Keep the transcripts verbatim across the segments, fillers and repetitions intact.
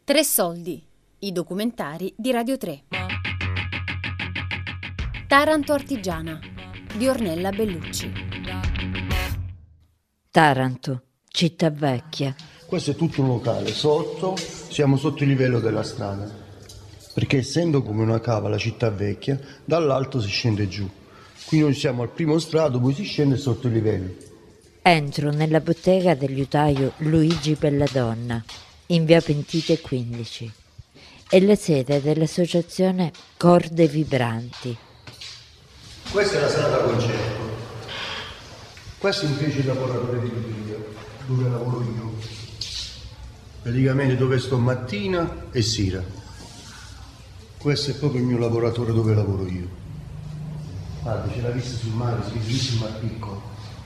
Tre soldi, i documentari di Radio tre. Taranto artigiana di Ornella Bellucci. Taranto, città vecchia. Questo è tutto un locale, sotto, siamo sotto il livello della strada, perché essendo come una cava la città vecchia, dall'alto si scende giù. Qui noi siamo al primo strato, poi si scende sotto il livello. Entro nella bottega del liutaio Luigi Belladonna, in via Pentite quindici. È la sede dell'associazione Corde Vibranti. Questa è la sala da concerto. Questo invece è il lavoratore di liuteria, dove lavoro io. Praticamente dove sto mattina e sera. Questo è proprio il mio lavoratore dove lavoro io. Guarda, c'è la vista sul mare, si vede ma piccolo.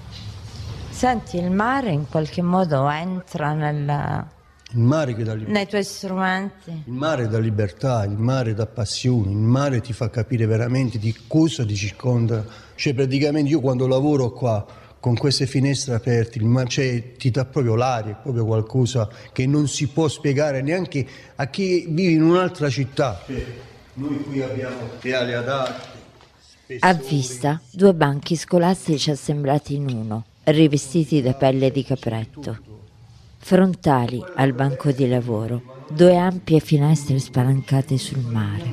Senti, il mare in qualche modo entra nella... Il mare che dà libertà. Nei tuoi strumenti. Il mare dà libertà, il mare dà passione, il mare ti fa capire veramente di cosa ti circonda. Cioè praticamente io quando lavoro qua con queste finestre aperte, il mare, cioè, ti dà proprio l'aria, è proprio qualcosa che non si può spiegare neanche a chi vive in un'altra città. Cioè, noi qui abbiamo le ali adatte. A vista, due banchi scolastici assemblati in uno, rivestiti da pelle di capretto. Frontali al banco di lavoro, due ampie finestre spalancate sul mare.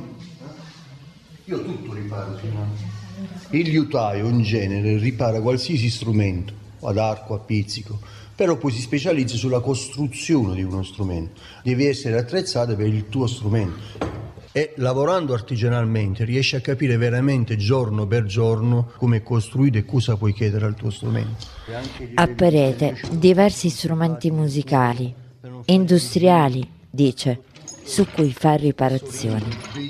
Io tutto riparo sul mare. Il liutaio in genere ripara qualsiasi strumento, ad arco, a pizzico, però poi si specializza sulla costruzione di uno strumento. Devi essere attrezzato per il tuo strumento. E lavorando artigianalmente riesci a capire veramente giorno per giorno come è costruito e cosa puoi chiedere al tuo strumento. A parete diversi strumenti musicali, industriali, dice, su cui fa riparazioni.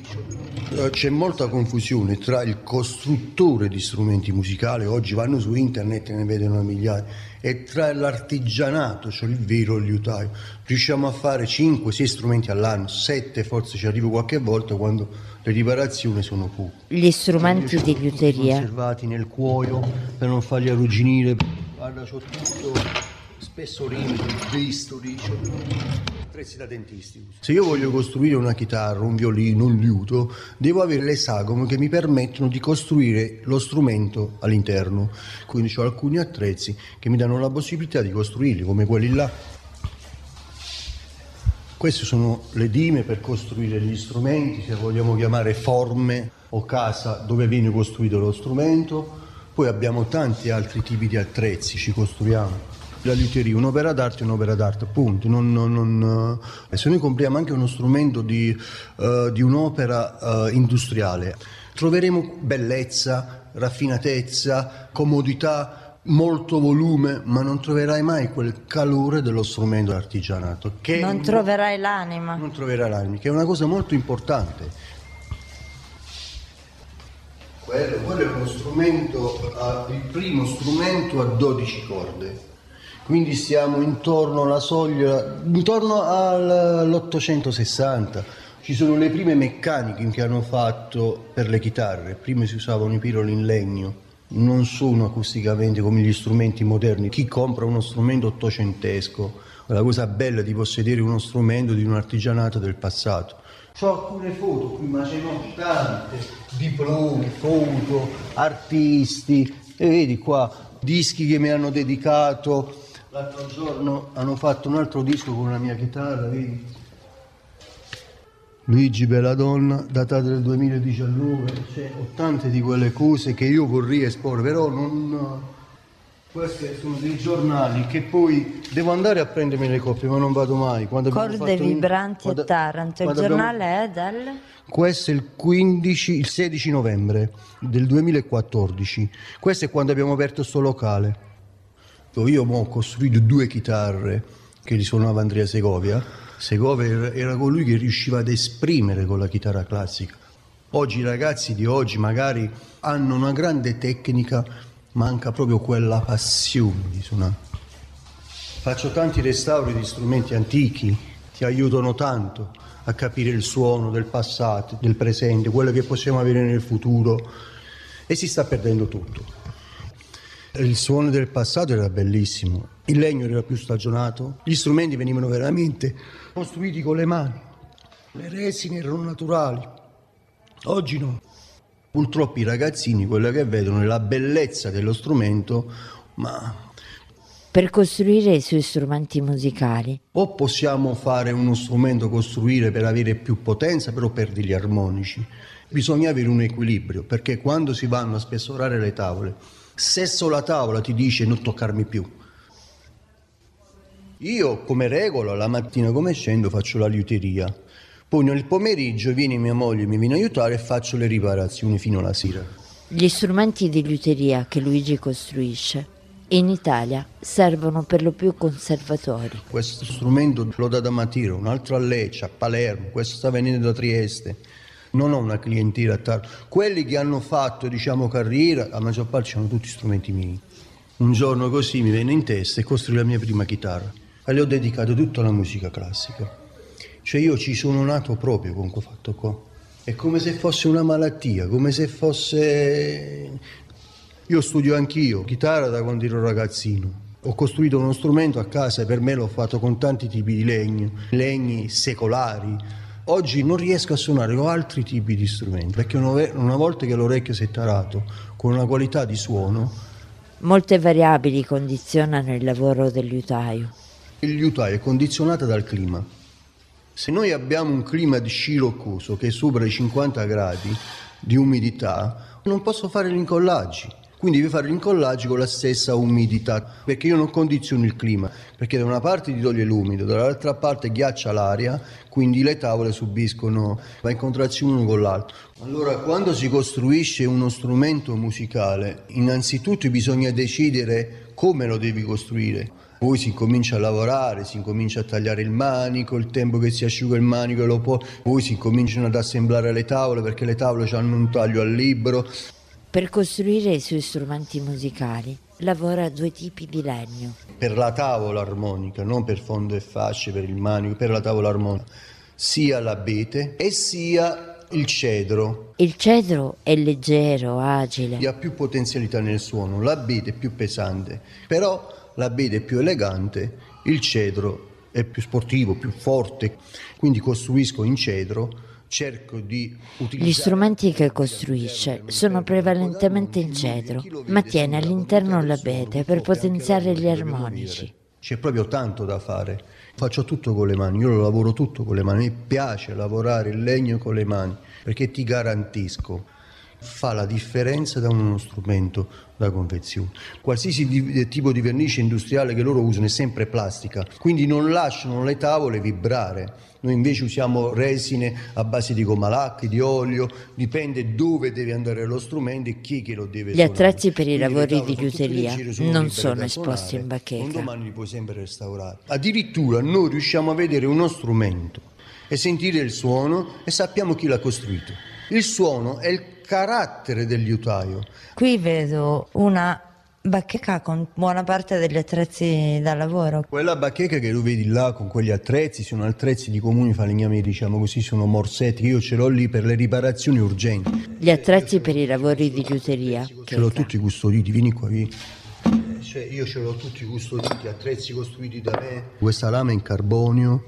C'è molta confusione tra il costruttore di strumenti musicali, oggi vanno su internet e ne vedono migliaia, e tra l'artigianato, cioè il vero liutaio. Riusciamo a fare cinque sei strumenti all'anno, sette forse ci arrivo qualche volta quando le riparazioni sono poche. Gli strumenti di liuteria conservati nel cuoio per non farli arrugginire. Guarda, c'ho tutto spessorimetri, bisturi, attrezzi da dentisti. Se io voglio costruire una chitarra, un violino, un liuto, devo avere le sagome che mi permettono di costruire lo strumento all'interno. Quindi ho alcuni attrezzi che mi danno la possibilità di costruirli, come quelli là. Queste sono le dime per costruire gli strumenti, se vogliamo chiamare forme o casa dove viene costruito lo strumento. Poi abbiamo tanti altri tipi di attrezzi, ci costruiamo. La liuteria, un'opera d'arte è un'opera d'arte, appunto. Non, non, non, eh. Se noi compriamo anche uno strumento di, uh, di un'opera uh, industriale, troveremo bellezza, raffinatezza, comodità, molto volume, ma non troverai mai quel calore dello strumento artigianato. Che non troverai l'anima. Non troverai l'anima, che è una cosa molto importante. Quello, quello è uno strumento, uh, il primo strumento a dodici corde. Quindi siamo intorno alla soglia, intorno all'ottocentosessanta. Ci sono le prime meccaniche che hanno fatto per le chitarre. Prima si usavano i piroli in legno, non sono acusticamente come gli strumenti moderni. Chi compra uno strumento ottocentesco, la cosa bella di possedere uno strumento di un artigianato del passato. C'ho alcune foto qui, ma ce ne ho tante, diplomi, foto, artisti, e vedi qua, dischi che mi hanno dedicato. L'altro giorno hanno fatto un altro disco con la mia chitarra, vedi? Luigi Belladonna, datata del duemiladiciannove, cioè, ho tante di quelle cose che io vorrei esporre, però non... Questi sono dei giornali che poi devo andare a prendermi le copie, ma non vado mai. Quando Corde Vibranti a Taranto, il giornale abbiamo... è del... Questo è il quindici, il sedici novembre del duemilaquattordici, questo è quando abbiamo aperto sto locale. Io ho costruito due chitarre che li suonava Andrea Segovia. Segovia era colui che riusciva ad esprimere con la chitarra classica. Oggi i ragazzi di oggi magari hanno una grande tecnica, manca proprio quella passione di suonare. Faccio tanti restauri di strumenti antichi, ti aiutano tanto a capire il suono del passato, del presente, quello che possiamo avere nel futuro, e si sta perdendo tutto. Il suono del passato era bellissimo, il legno era più stagionato, gli strumenti venivano veramente costruiti con le mani, le resine erano naturali. Oggi no. Purtroppo i ragazzini, quello che vedono è la bellezza dello strumento, ma... Per costruire i suoi strumenti musicali. O possiamo fare uno strumento, costruire per avere più potenza, però perdi gli armonici. Bisogna avere un equilibrio, perché quando si vanno a spessorare le tavole, stesso la tavola ti dice non toccarmi più. Io come regola la mattina come scendo faccio la liuteria, poi nel pomeriggio viene mia moglie, mi viene a aiutare e faccio le riparazioni fino alla sera. Gli strumenti di liuteria che Luigi costruisce in Italia servono per lo più conservatori. Questo strumento l'ho dato a Matiro, un altro a Lecce, a Palermo, questo sta venendo da Trieste. Non ho una clientela a tardo. Quelli che hanno fatto, diciamo, carriera, la maggior parte hanno tutti strumenti miei. Un giorno così mi venne in testa e costruì la mia prima chitarra e le ho dedicato tutta alla musica classica. Cioè io ci sono nato proprio con quel fatto qua. È come se fosse una malattia, come se fosse... Io studio anch'io chitarra da quando ero ragazzino. Ho costruito uno strumento a casa e per me l'ho fatto con tanti tipi di legno, legni secolari. Oggi non riesco a suonare con altri tipi di strumenti, perché una volta che l'orecchio si è tarato con una qualità di suono... Molte variabili condizionano il lavoro del liutaio. Il liutaio è condizionato dal clima. Se noi abbiamo un clima di sciroccoso che supera i cinquanta gradi di umidità, non posso fare gli incollaggi. Quindi devi fare gli incollaggi con la stessa umidità, perché io non condiziono il clima, perché da una parte ti toglie l'umido, dall'altra parte ghiaccia l'aria, quindi le tavole subiscono la incontrazione uno con l'altro. Allora, quando si costruisce uno strumento musicale, innanzitutto bisogna decidere come lo devi costruire. Poi si incomincia a lavorare, si incomincia a tagliare il manico, il tempo che si asciuga il manico lo può, poi si incominciano ad assemblare le tavole, perché le tavole hanno un taglio al libro. Per costruire i suoi strumenti musicali lavora a due tipi di legno. Per la tavola armonica, non per fondo e fasce, per il manico, per la tavola armonica, sia l'abete e sia il cedro. Il cedro è leggero, agile. Ha più potenzialità nel suono, l'abete è più pesante, però l'abete è più elegante, il cedro è più sportivo, più forte, quindi costruisco in cedro. Cerco di utilizzare... Gli strumenti che costruisce sono prevalentemente in cedro, ma tiene all'interno l'abete per potenziare gli armonici. C'è proprio tanto da fare. Faccio tutto con le mani, io lo lavoro tutto con le mani. Mi piace lavorare il legno con le mani, perché ti garantisco, fa la differenza da uno strumento da confezione. Qualsiasi di, tipo di vernice industriale che loro usano è sempre plastica, quindi non lasciano le tavole vibrare. Noi invece usiamo resine a base di gomma lacca, di olio, dipende dove deve andare lo strumento e chi che lo deve Gli suonare. attrezzi per i Quindi lavori di liuteria non sono esposti suonare, in bacheca. un domani li puoi sempre restaurare. Addirittura noi riusciamo a vedere uno strumento e sentire il suono e sappiamo chi l'ha costruito. Il suono è il carattere del liutaio. Qui vedo una bacheca con buona parte degli attrezzi da lavoro. Quella bacheca che tu vedi là con quegli attrezzi sono attrezzi di comuni falegnami, diciamo così, sono morsetti che io ce l'ho lì per le riparazioni urgenti. Gli attrezzi per i lavori di liuteria. Ce l'ho tutti custoditi, vieni qua, vieni. Cioè, io ce l'ho tutti custoditi, attrezzi costruiti da me. Questa lama è in carbonio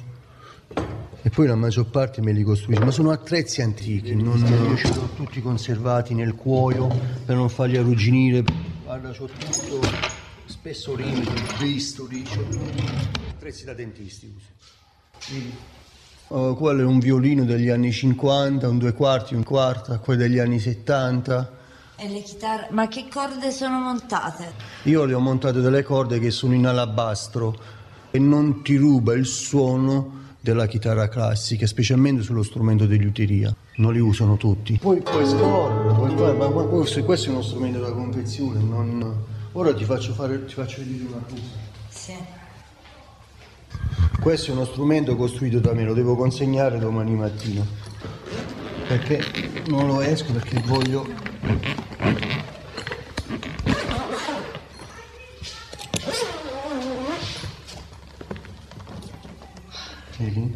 e poi la maggior parte me li costruisce, ma sono attrezzi antichi, non, io ce li ho tutti conservati nel cuoio per non farli arrugginire. Guarda, c'ho tutto, spessorini, bisturi, c'ho tutti attrezzi da dentisti uso. Uh, quello è un violino degli anni cinquanta, un due quarti, un quarto, quello degli anni settanta. E le chitarre, ma che corde sono montate? Io le ho montate delle corde che sono in alabastro e non ti ruba il suono della chitarra classica, specialmente sullo strumento di liuteria. Non li usano tutti. Poi puoi scorrere, puoi fare, ma questo, questo è uno strumento da confezione. Non... Ora ti faccio fare, ti faccio vedere una cosa. Sì. Questo è uno strumento costruito da me, lo devo consegnare domani mattina. Perché non lo esco perché voglio. Vedi?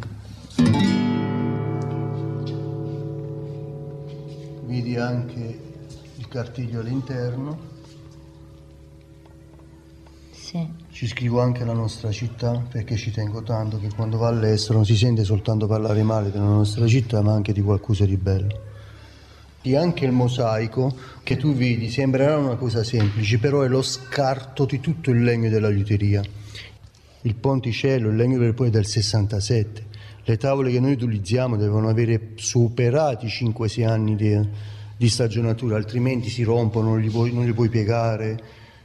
Vedi anche il cartiglio all'interno. Sì. Ci scrivo anche la nostra città perché ci tengo tanto che quando va all'estero non si sente soltanto parlare male della nostra città, ma anche di qualcosa di bello. E anche il mosaico che tu vedi sembrerà una cosa semplice, però è lo scarto di tutto il legno della liuteria. Il ponticello, il legno del poi del sessantasette. Le tavole che noi utilizziamo devono avere superati cinque sei anni di, di stagionatura, altrimenti si rompono, non li puoi, non li puoi piegare.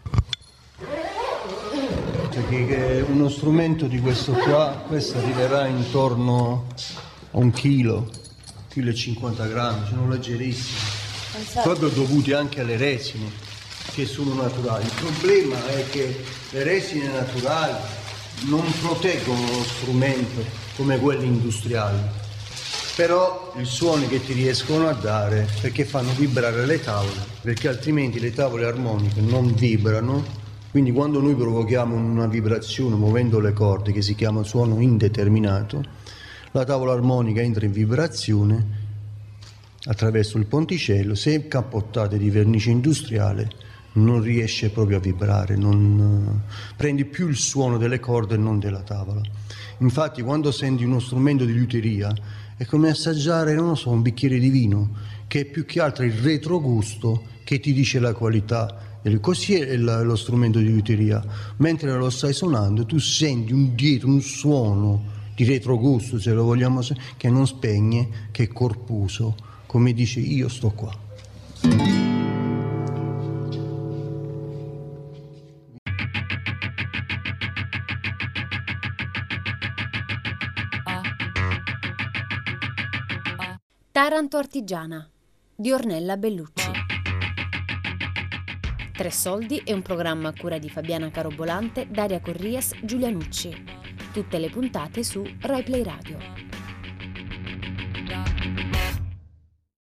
Perché uno strumento di questo qua, questo arriverà intorno a un chilo, chilo e cinquanta grammi, sono leggerissimi, proprio dovuti anche alle resine che sono naturali. Il problema è che le resine naturali non proteggono lo strumento come quelli industriali, però il suono che ti riescono a dare perché fanno vibrare le tavole, perché altrimenti le tavole armoniche non vibrano. Quindi quando noi provochiamo una vibrazione muovendo le corde, che si chiama suono indeterminato, la tavola armonica entra in vibrazione attraverso il ponticello. Se cappottate di vernice industriale non riesce proprio a vibrare, non prendi più il suono delle corde e non della tavola. Infatti quando senti uno strumento di liuteria è come assaggiare, non lo so, un bicchiere di vino, che è più che altro il retrogusto che ti dice la qualità. Così è lo strumento di liuteria. Mentre lo stai suonando tu senti un dietro, un suono di retrogusto, se lo vogliamo, che non spegne, che è corposo, come dice io sto qua. Taranto Artigiana di Ornella Bellucci. Tre soldi è un programma a cura di Fabiana Carobolante, Daria Corrias, Giulia Nucci. Tutte le puntate su Rai Play Radio.